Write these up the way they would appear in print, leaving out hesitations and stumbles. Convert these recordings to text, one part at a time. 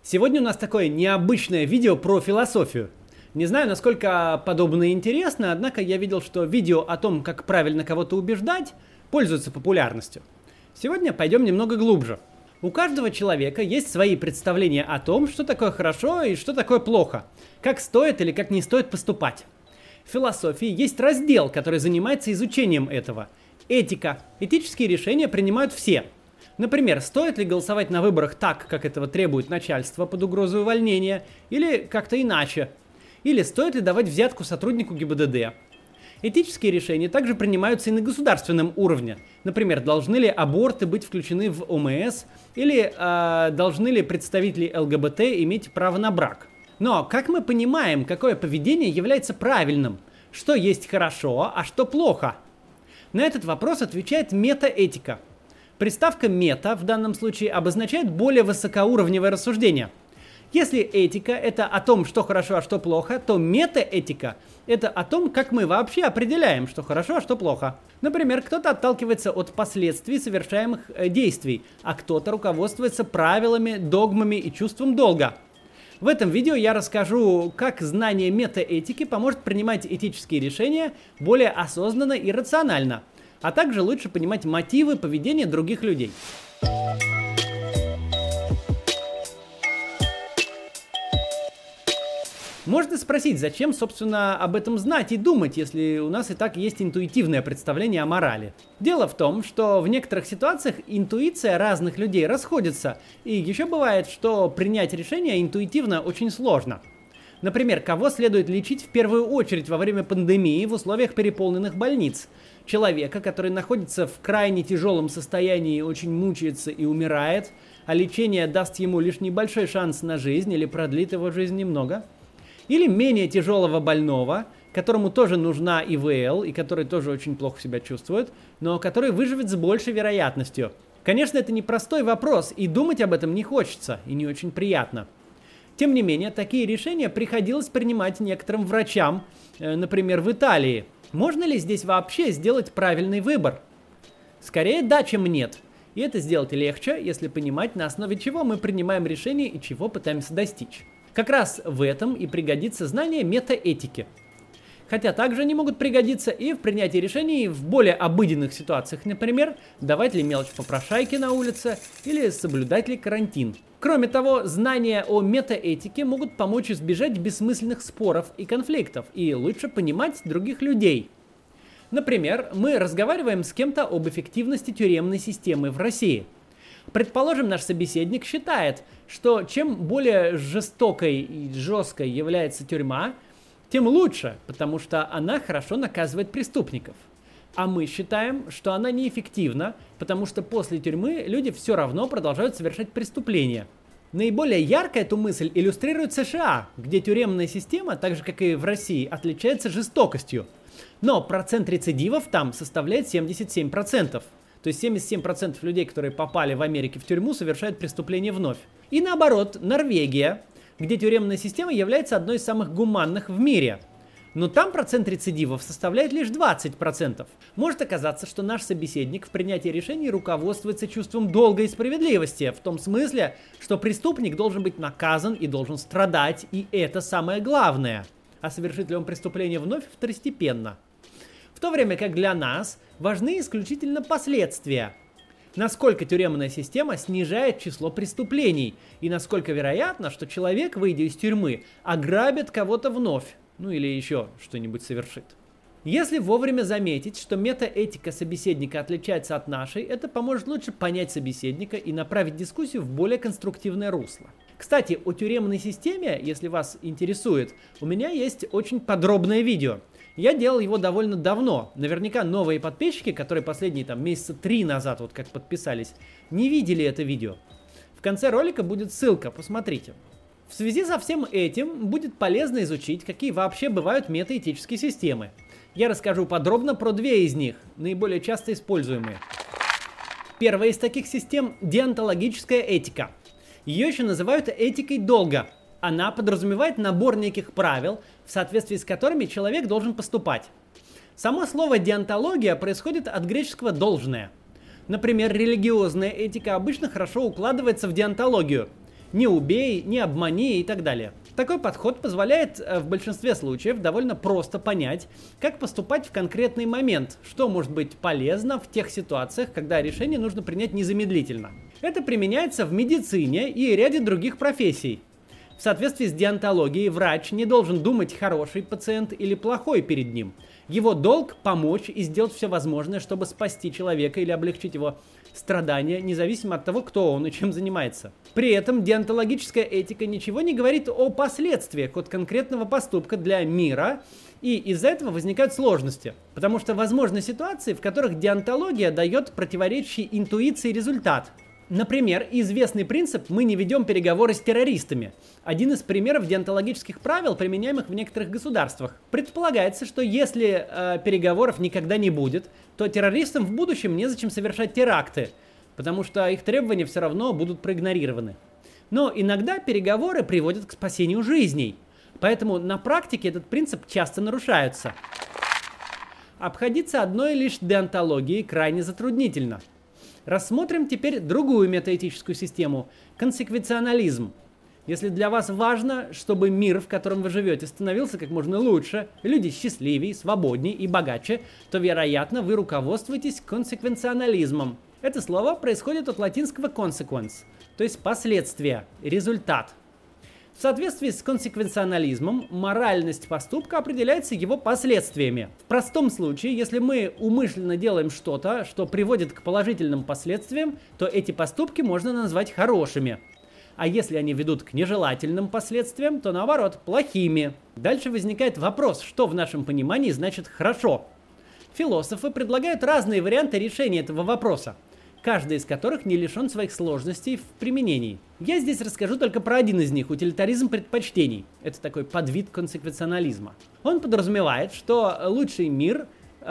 Сегодня у нас такое необычное видео про философию. Не знаю, насколько подобное интересно, однако я видел, что видео о том, как правильно кого-то убеждать, пользуются популярностью. Сегодня пойдем немного глубже. У каждого человека есть свои представления о том, что такое хорошо и что такое плохо, как стоит или как не стоит поступать. В философии есть раздел, который занимается изучением этого. Этика. Этические решения принимают все. Например, стоит ли голосовать на выборах так, как этого требует начальство под угрозой увольнения, или как-то иначе? Или стоит ли давать взятку сотруднику ГИБДД? Этические решения также принимаются и на государственном уровне. Например, должны ли аборты быть включены в ОМС, или должны ли представители ЛГБТ иметь право на брак. Но как мы понимаем, какое поведение является правильным? Что есть хорошо, а что плохо? На этот вопрос отвечает метаэтика. Приставка «мета» в данном случае обозначает более высокоуровневое рассуждение. Если этика – это о том, что хорошо, а что плохо, то метаэтика – это о том, как мы вообще определяем, что хорошо, а что плохо. Например, кто-то отталкивается от последствий совершаемых действий, а кто-то руководствуется правилами, догмами и чувством долга. В этом видео я расскажу, как знание метаэтики поможет принимать этические решения более осознанно и рационально, а также лучше понимать мотивы поведения других людей. Можно спросить, зачем, собственно, об этом знать и думать, если у нас и так есть интуитивное представление о морали. Дело в том, что в некоторых ситуациях интуиция разных людей расходится, и еще бывает, что принять решение интуитивно очень сложно. Например, кого следует лечить в первую очередь во время пандемии в условиях переполненных больниц? Человека, который находится в крайне тяжелом состоянии, очень мучается и умирает, а лечение даст ему лишь небольшой шанс на жизнь или продлит его жизнь немного? Или менее тяжелого больного, которому тоже нужна ИВЛ и который тоже очень плохо себя чувствует, но который выживет с большей вероятностью? Конечно, это непростой вопрос, и думать об этом не хочется, и не очень приятно. Тем не менее, такие решения приходилось принимать некоторым врачам, например, в Италии. Можно ли здесь вообще сделать правильный выбор? Скорее да, чем нет. И это сделать легче, если понимать, на основе чего мы принимаем решения и чего пытаемся достичь. Как раз в этом и пригодится знание метаэтики. Хотя также они могут пригодиться и в принятии решений в более обыденных ситуациях, например, давать ли мелочь попрошайке на улице или соблюдать ли карантин. Кроме того, знания о метаэтике могут помочь избежать бессмысленных споров и конфликтов и лучше понимать других людей. Например, мы разговариваем с кем-то об эффективности тюремной системы в России. Предположим, наш собеседник считает, что чем более жестокой и жесткой является тюрьма, тем лучше, потому что она хорошо наказывает преступников. А мы считаем, что она неэффективна, потому что после тюрьмы люди все равно продолжают совершать преступления. Наиболее ярко эту мысль иллюстрирует США, где тюремная система, так же как и в России, отличается жестокостью. Но процент рецидивов там составляет 77%. То есть 77% людей, которые попали в Америке в тюрьму, совершают преступления вновь. И наоборот, Норвегия, где тюремная система является одной из самых гуманных в мире. Но там процент рецидивов составляет лишь 20%. Может оказаться, что наш собеседник в принятии решений руководствуется чувством долга и справедливости, в том смысле, что преступник должен быть наказан и должен страдать, и это самое главное. А совершит ли он преступление вновь, второстепенно. В то время как для нас важны исключительно последствия. Насколько тюремная система снижает число преступлений, и насколько вероятно, что человек, выйдя из тюрьмы, ограбит кого-то вновь. Ну или еще что-нибудь совершит. Если вовремя заметить, что метаэтика собеседника отличается от нашей, это поможет лучше понять собеседника и направить дискуссию в более конструктивное русло. Кстати, о тюремной системе, если вас интересует, у меня есть очень подробное видео. Я делал его довольно давно. Наверняка новые подписчики, которые последние месяца 3 назад как подписались, не видели это видео. В конце ролика будет ссылка, посмотрите. В связи со всем этим будет полезно изучить, какие вообще бывают метаэтические системы. Я расскажу подробно про 2 из них, наиболее часто используемые. Первая из таких систем – деонтологическая этика. Ее еще называют этикой долга. Она подразумевает набор неких правил, в соответствии с которыми человек должен поступать. Само слово деонтология происходит от греческого «должное». Например, религиозная этика обычно хорошо укладывается в деонтологию. «не убей», «не обмани» и так далее. Такой подход позволяет в большинстве случаев довольно просто понять, как поступать в конкретный момент, что может быть полезно в тех ситуациях, когда решение нужно принять незамедлительно. Это применяется в медицине и ряде других профессий. В соответствии с деонтологией, врач не должен думать, хороший пациент или плохой перед ним. Его долг – помочь и сделать все возможное, чтобы спасти человека или облегчить его страдания, независимо от того, кто он и чем занимается. При этом деонтологическая этика ничего не говорит о последствиях от конкретного поступка для мира, и из-за этого возникают сложности. Потому что возможны ситуации, в которых деонтология дает противоречащий интуиции результат. Например, известный принцип «мы не ведем переговоры с террористами». Один из примеров деонтологических правил, применяемых в некоторых государствах. Предполагается, что если переговоров никогда не будет, то террористам в будущем незачем совершать теракты, потому что их требования все равно будут проигнорированы. Но иногда переговоры приводят к спасению жизней, поэтому на практике этот принцип часто нарушается. Обходиться одной лишь деонтологией крайне затруднительно. Рассмотрим теперь другую метаэтическую систему – консеквенционализм. Если для вас важно, чтобы мир, в котором вы живете, становился как можно лучше, люди счастливее, свободнее и богаче, то, вероятно, вы руководствуетесь консеквенционализмом. Это слово происходит от латинского consequens, то есть последствия, результат. В соответствии с консеквенционализмом, моральность поступка определяется его последствиями. В простом случае, если мы умышленно делаем что-то, что приводит к положительным последствиям, то эти поступки можно назвать хорошими. А если они ведут к нежелательным последствиям, то наоборот, плохими. Дальше возникает вопрос, что в нашем понимании значит «хорошо». Философы предлагают разные варианты решения этого вопроса, каждый из которых не лишен своих сложностей в применении. Я здесь расскажу только про один из них – утилитаризм предпочтений. Это такой подвид консеквенционализма. Он подразумевает, что лучший мир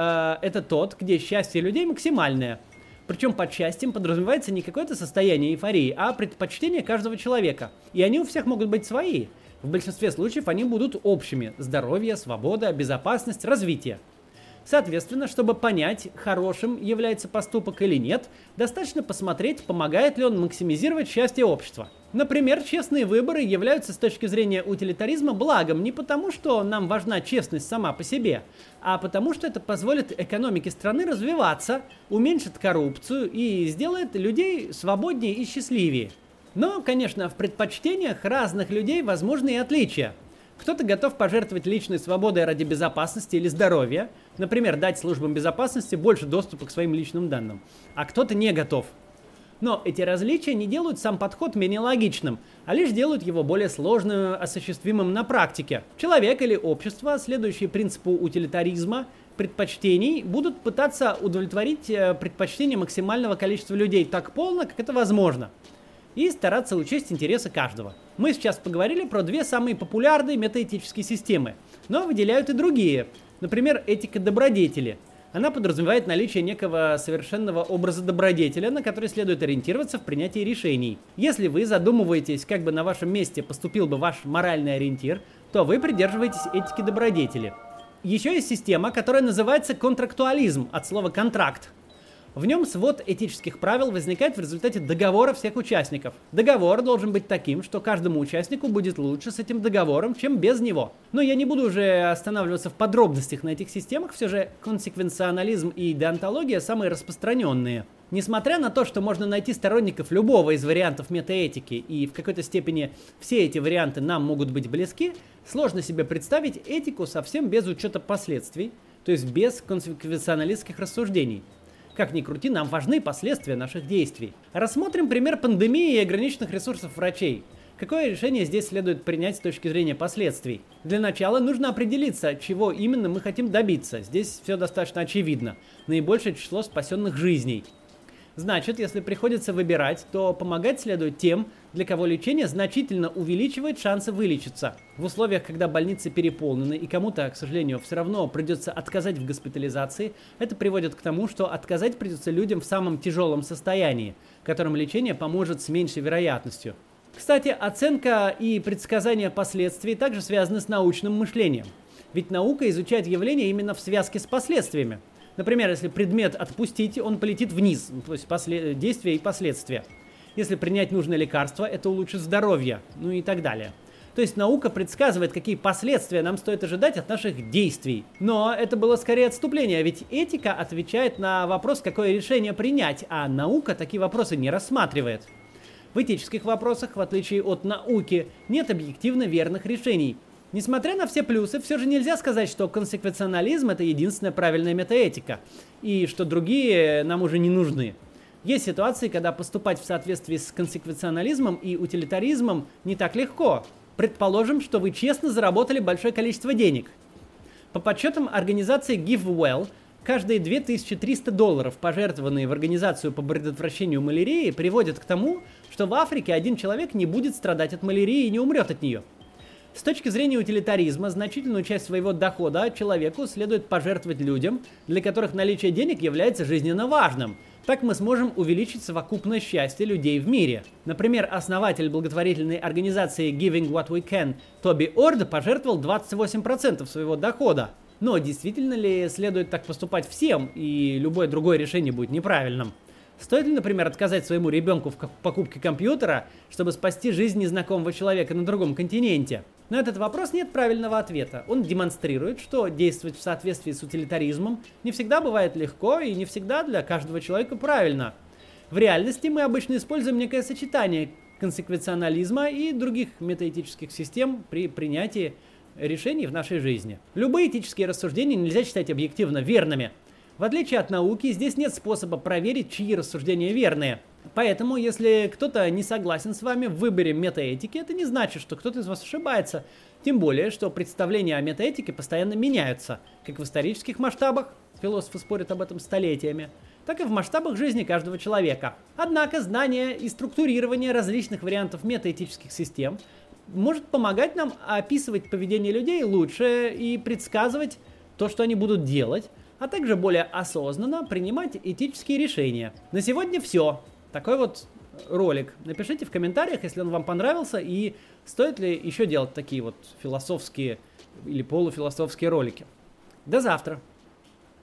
это тот, где счастье людей максимальное. Причем под счастьем подразумевается не какое-то состояние эйфории, а предпочтение каждого человека. И они у всех могут быть свои. В большинстве случаев они будут общими – здоровье, свобода, безопасность, развитие. Соответственно, чтобы понять, хорошим является поступок или нет, достаточно посмотреть, помогает ли он максимизировать счастье общества. Например, честные выборы являются с точки зрения утилитаризма благом не потому, что нам важна честность сама по себе, а потому, что это позволит экономике страны развиваться, уменьшит коррупцию и сделает людей свободнее и счастливее. Но, конечно, в предпочтениях разных людей возможны и отличия. Кто-то готов пожертвовать личной свободой ради безопасности или здоровья, например, дать службам безопасности больше доступа к своим личным данным, а кто-то не готов. Но эти различия не делают сам подход менее логичным, а лишь делают его более сложным, осуществимым на практике. Человек или общество, следующие принципу утилитаризма, предпочтений, будут пытаться удовлетворить предпочтения максимального количества людей так полно, как это возможно, и стараться учесть интересы каждого. Мы сейчас поговорили про две самые популярные метаэтические системы, но выделяют и другие. Например, этика добродетели. Она подразумевает наличие некого совершенного образа добродетеля, на который следует ориентироваться в принятии решений. Если вы задумываетесь, как бы на вашем месте поступил бы ваш моральный ориентир, то вы придерживаетесь этики добродетели. Еще есть система, которая называется контрактуализм, от слова «контракт». В нем свод этических правил возникает в результате договора всех участников. Договор должен быть таким, что каждому участнику будет лучше с этим договором, чем без него. Но я не буду уже останавливаться в подробностях на этих системах, все же консеквенционализм и деонтология самые распространенные. Несмотря на то, что можно найти сторонников любого из вариантов метаэтики, и в какой-то степени все эти варианты нам могут быть близки, сложно себе представить этику совсем без учета последствий, то есть без консеквенционалистских рассуждений. Как ни крути, нам важны последствия наших действий. Рассмотрим пример пандемии и ограниченных ресурсов врачей. Какое решение здесь следует принять с точки зрения последствий? Для начала нужно определиться, чего именно мы хотим добиться. Здесь все достаточно очевидно. Наибольшее число спасенных жизней. Значит, если приходится выбирать, то помогать следует тем, для кого лечение значительно увеличивает шансы вылечиться. В условиях, когда больницы переполнены и кому-то, к сожалению, все равно придется отказать в госпитализации, это приводит к тому, что отказать придется людям в самом тяжелом состоянии, которым лечение поможет с меньшей вероятностью. Кстати, оценка и предсказание последствий также связаны с научным мышлением. Ведь наука изучает явления именно в связке с последствиями. Например, если предмет отпустить, он полетит вниз, то есть действия и последствия. Если принять нужное лекарство, это улучшит здоровье, ну и так далее. То есть наука предсказывает, какие последствия нам стоит ожидать от наших действий. Но это было скорее отступление, ведь этика отвечает на вопрос, какое решение принять, а наука такие вопросы не рассматривает. В этических вопросах, в отличие от науки, нет объективно верных решений. Несмотря на все плюсы, все же нельзя сказать, что консеквенционализм – это единственная правильная метаэтика, и что другие нам уже не нужны. Есть ситуации, когда поступать в соответствии с консеквенционализмом и утилитаризмом не так легко. Предположим, что вы честно заработали большое количество денег. По подсчетам организации GiveWell, каждые $2300, пожертвованные в организацию по предотвращению малярии, приводят к тому, что в Африке один человек не будет страдать от малярии и не умрет от нее. С точки зрения утилитаризма, значительную часть своего дохода человеку следует пожертвовать людям, для которых наличие денег является жизненно важным. Так мы сможем увеличить совокупное счастье людей в мире. Например, основатель благотворительной организации Giving What We Can Тоби Орд пожертвовал 28% своего дохода. Но действительно ли следует так поступать всем, и любое другое решение будет неправильным? Стоит ли, например, отказать своему ребенку в покупке компьютера, чтобы спасти жизнь незнакомого человека на другом континенте? На этот вопрос нет правильного ответа. Он демонстрирует, что действовать в соответствии с утилитаризмом не всегда бывает легко и не всегда для каждого человека правильно. В реальности мы обычно используем некое сочетание консеквенционализма и других метаэтических систем при принятии решений в нашей жизни. Любые этические рассуждения нельзя считать объективно верными. В отличие от науки, здесь нет способа проверить, чьи рассуждения верные. Поэтому, если кто-то не согласен с вами в выборе метаэтики, это не значит, что кто-то из вас ошибается. Тем более, что представления о метаэтике постоянно меняются, как в исторических масштабах, философы спорят об этом столетиями, так и в масштабах жизни каждого человека. Однако знание и структурирование различных вариантов метаэтических систем может помогать нам описывать поведение людей лучше и предсказывать то, что они будут делать, а также более осознанно принимать этические решения. На сегодня все. Такой вот ролик. Напишите в комментариях, если он вам понравился, и стоит ли еще делать такие вот философские или полуфилософские ролики. До завтра!